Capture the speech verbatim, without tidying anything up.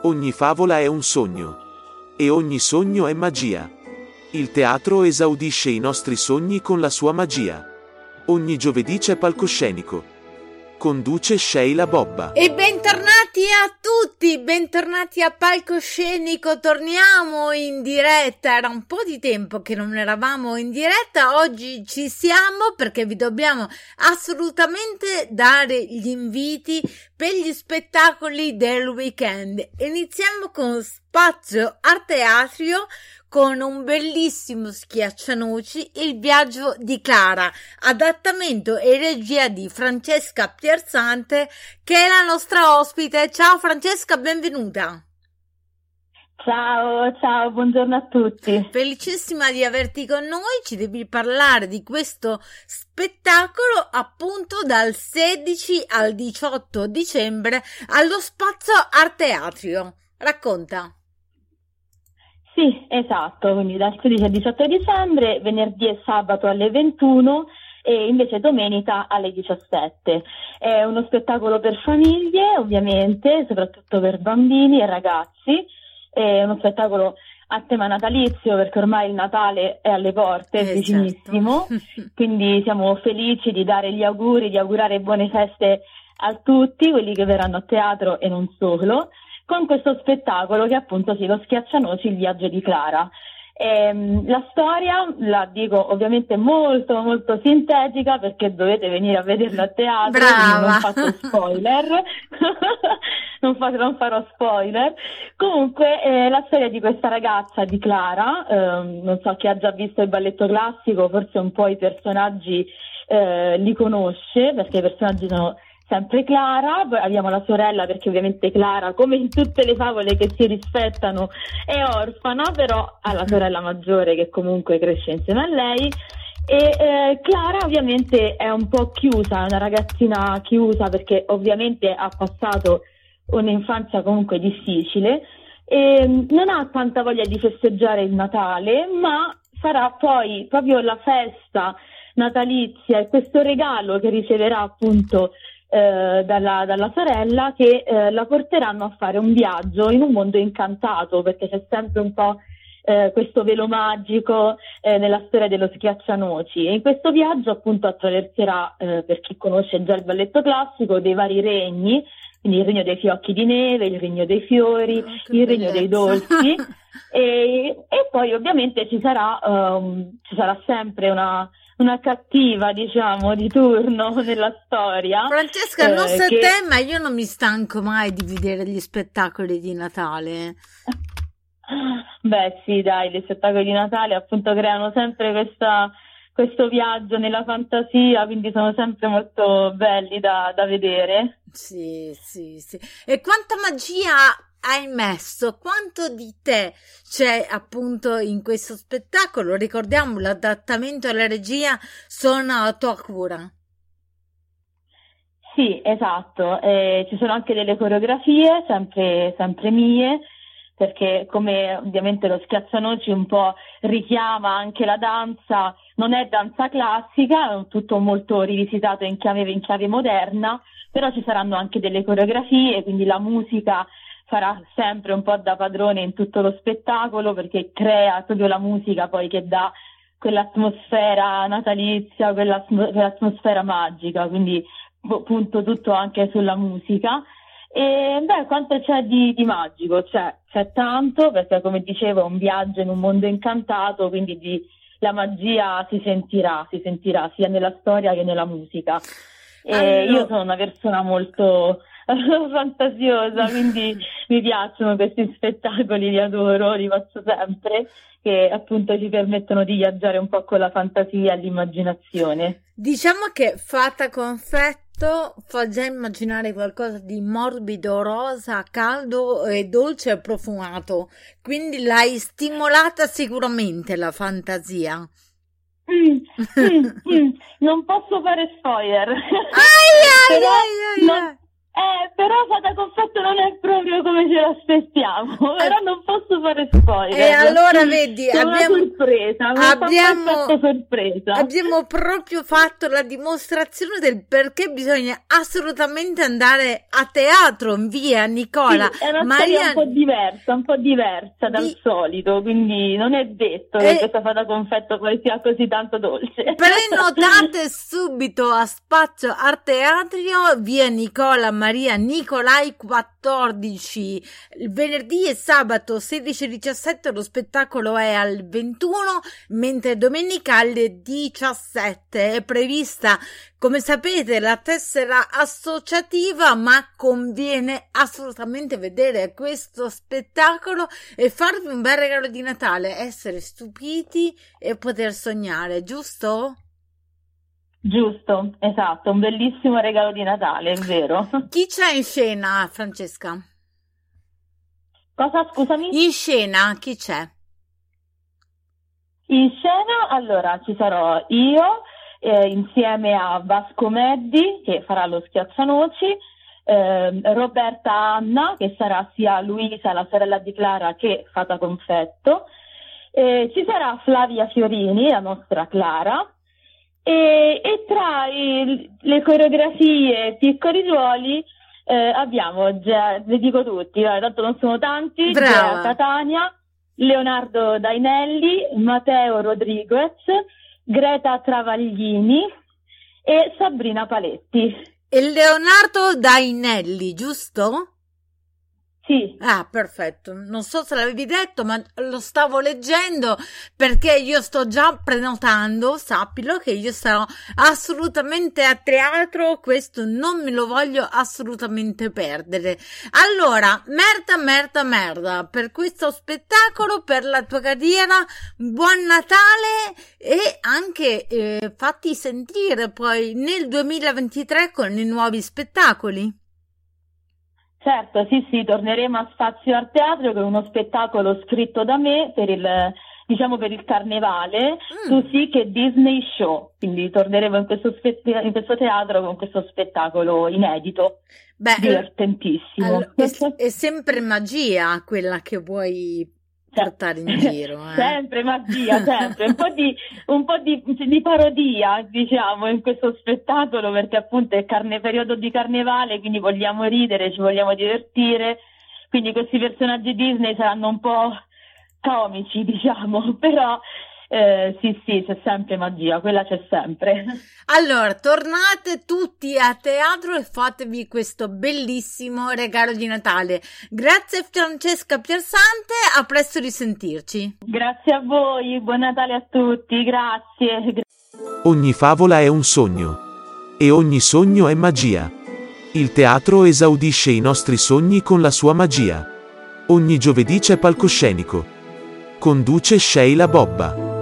Ogni favola è un sogno. E ogni sogno è magia. Il teatro esaudisce i nostri sogni con la sua magia. Ogni giovedì c'è palcoscenico. Conduce Sheila Bobba. E bentornati a tutti, bentornati a Palcoscenico, torniamo in diretta, era un po' di tempo che non eravamo in diretta, oggi ci siamo perché vi dobbiamo assolutamente dare gli inviti per gli spettacoli del weekend. Iniziamo con Spazio Arteatrio con un bellissimo schiaccianoci, Il viaggio di Clara, adattamento e regia di Francesca Pierzante, che è la nostra ospite. Ciao Francesca, benvenuta. Ciao, ciao, buongiorno a tutti. Felicissima di averti con noi, ci devi parlare di questo spettacolo appunto dal sedici al diciotto dicembre allo Spazio Arteatrio. Racconta. Sì, esatto, quindi dal sedici al diciotto dicembre, venerdì e sabato alle ventuno e invece domenica alle diciassette. È uno spettacolo per famiglie, ovviamente, soprattutto per bambini e ragazzi. È uno spettacolo a tema natalizio perché ormai il Natale è alle porte, è eh, vicinissimo, certo. Quindi siamo felici di dare gli auguri, di augurare buone feste a tutti quelli che verranno a teatro e non solo, con questo spettacolo che appunto si lo schiaccianoci, Il viaggio di Clara. Ehm, la storia la dico ovviamente molto molto sintetica perché dovete venire a vederla a teatro. Brava. Non faccio spoiler non, fa, non farò spoiler. Comunque eh, la storia di questa ragazza, di Clara, ehm, non so chi ha già visto il balletto classico, forse un po' i personaggi eh, li conosce perché i personaggi sono sempre Clara, poi abbiamo la sorella perché ovviamente Clara, come in tutte le favole che si rispettano, è orfana, però ha la sorella maggiore che comunque cresce insieme a lei e eh, Clara ovviamente è un po' chiusa, è una ragazzina chiusa perché ovviamente ha passato un'infanzia comunque difficile e non ha tanta voglia di festeggiare il Natale, ma sarà poi proprio la festa natalizia e questo regalo che riceverà appunto Eh, dalla, dalla sorella che eh, la porteranno a fare un viaggio in un mondo incantato perché c'è sempre un po' eh, questo velo magico eh, nella storia dello schiaccianoci e in questo viaggio appunto attraverserà eh, per chi conosce già il balletto classico dei vari regni, quindi il regno dei fiocchi di neve, il regno dei fiori, oh, il bellezza. regno dei dolci e, e poi ovviamente ci sarà, um, ci sarà sempre una una cattiva, diciamo, di turno nella storia. Francesca, non eh, so che... te, ma io non mi stanco mai di vedere gli spettacoli di Natale. Beh, sì, dai, gli spettacoli di Natale appunto creano sempre questa, questo viaggio nella fantasia, quindi sono sempre molto belli da, da vedere. Sì, sì, sì. E quanta magia hai messo, quanto di te c'è appunto in questo spettacolo? Ricordiamo, l'adattamento e la regia sono a tua cura. Sì, esatto, eh, ci sono anche delle coreografie sempre, sempre mie, perché come ovviamente lo schiaccianoci un po' richiama anche la danza, non è danza classica, è tutto molto rivisitato in chiave, in chiave moderna, però ci saranno anche delle coreografie, quindi la musica farà sempre un po' da padrone in tutto lo spettacolo perché crea proprio la musica poi che dà quell'atmosfera natalizia, quell'atmosfera magica, quindi punto tutto anche sulla musica. E beh, quanto c'è di, di magico? C'è, c'è tanto perché come dicevo è un viaggio in un mondo incantato, quindi di, la magia si sentirà, si sentirà sia nella storia che nella musica. E allora... io sono una persona molto fantasiosa, quindi mi piacciono questi spettacoli, li adoro, li faccio sempre, che appunto ci permettono di viaggiare un po' con la fantasia e l'immaginazione. Diciamo che Fata Confetto fa già immaginare qualcosa di morbido, rosa, caldo e dolce e profumato, quindi l'hai stimolata sicuramente la fantasia. Mm, mm, mm. Non posso fare spoiler. Ai, ai, Però ai, ai, non, Eh, però Fata Confetto non è proprio come ce l'aspettiamo, però non posso fare spoiler. E allora vedi, È abbiamo, una sorpresa, abbiamo, sorpresa. abbiamo proprio fatto la dimostrazione del perché bisogna assolutamente andare a teatro in via Nicola. Sì, è una Maria... storia un po' diversa, un po' diversa dal Di... solito, quindi non è detto e... che questa Fata Confetto poi sia così tanto dolce. Prenotate subito a Spazio Arte Atrio, via Nicola Maria Nicolai quattordici, il venerdì e sabato sedici e diciassette lo spettacolo è alle ventuno, mentre domenica alle diciassette. È prevista, come sapete, la tessera associativa, ma conviene assolutamente vedere questo spettacolo e farvi un bel regalo di Natale, essere stupiti e poter sognare, giusto? Giusto, esatto, un bellissimo regalo di Natale, è vero. Chi c'è in scena, Francesca? Cosa, scusami? In scena, chi c'è? In scena, allora, ci sarò io, eh, insieme a Vasco Meddi, che farà lo Schiaccianoci, eh, Roberta Anna, che sarà sia Luisa, la sorella di Clara, che Fata Confetto, eh, ci sarà Flavia Fiorini, la nostra Clara, E, e tra i, le coreografie e piccoli ruoli eh, abbiamo, già, le dico tutti, vabbè, tanto non sono tanti, Brava. Gea Catania, Leonardo Dainelli, Matteo Rodriguez, Greta Travaglini e Sabrina Paletti. E Leonardo Dainelli, giusto? Sì. Ah, perfetto. Non so se l'avevi detto, ma lo stavo leggendo perché io sto già prenotando, sappilo che io sarò assolutamente a teatro, questo non me lo voglio assolutamente perdere. Allora, merda, merda, merda, per questo spettacolo, per la tua carriera, buon Natale e anche eh, fatti sentire poi nel duemilaventitré con i nuovi spettacoli. Certo, sì, sì, torneremo a Spazio Arte Teatro con uno spettacolo scritto da me per il, diciamo, per il carnevale, Mm. su Sì che Disney Show, quindi torneremo in questo, spe- in questo teatro con questo spettacolo inedito, Beh, divertentissimo. allo- è, è sempre magia quella che vuoi portare in giro. Eh. Sempre magia, sempre, un po' di, un po' di, di parodia, diciamo, in questo spettacolo, perché appunto è carne, periodo di carnevale, quindi vogliamo ridere, ci vogliamo divertire, quindi questi personaggi Disney saranno un po' comici, diciamo, però eh, sì, sì, c'è sempre magia, quella c'è sempre. Allora, tornate tutti a teatro e fatevi questo bellissimo regalo di Natale. Grazie Francesca Piersante, a presto risentirci. Grazie a voi, buon Natale a tutti, grazie. Ogni favola è un sogno. E ogni sogno è magia. Il teatro esaudisce i nostri sogni con la sua magia. Ogni giovedì c'è palcoscenico. Conduce Sheila Bobba.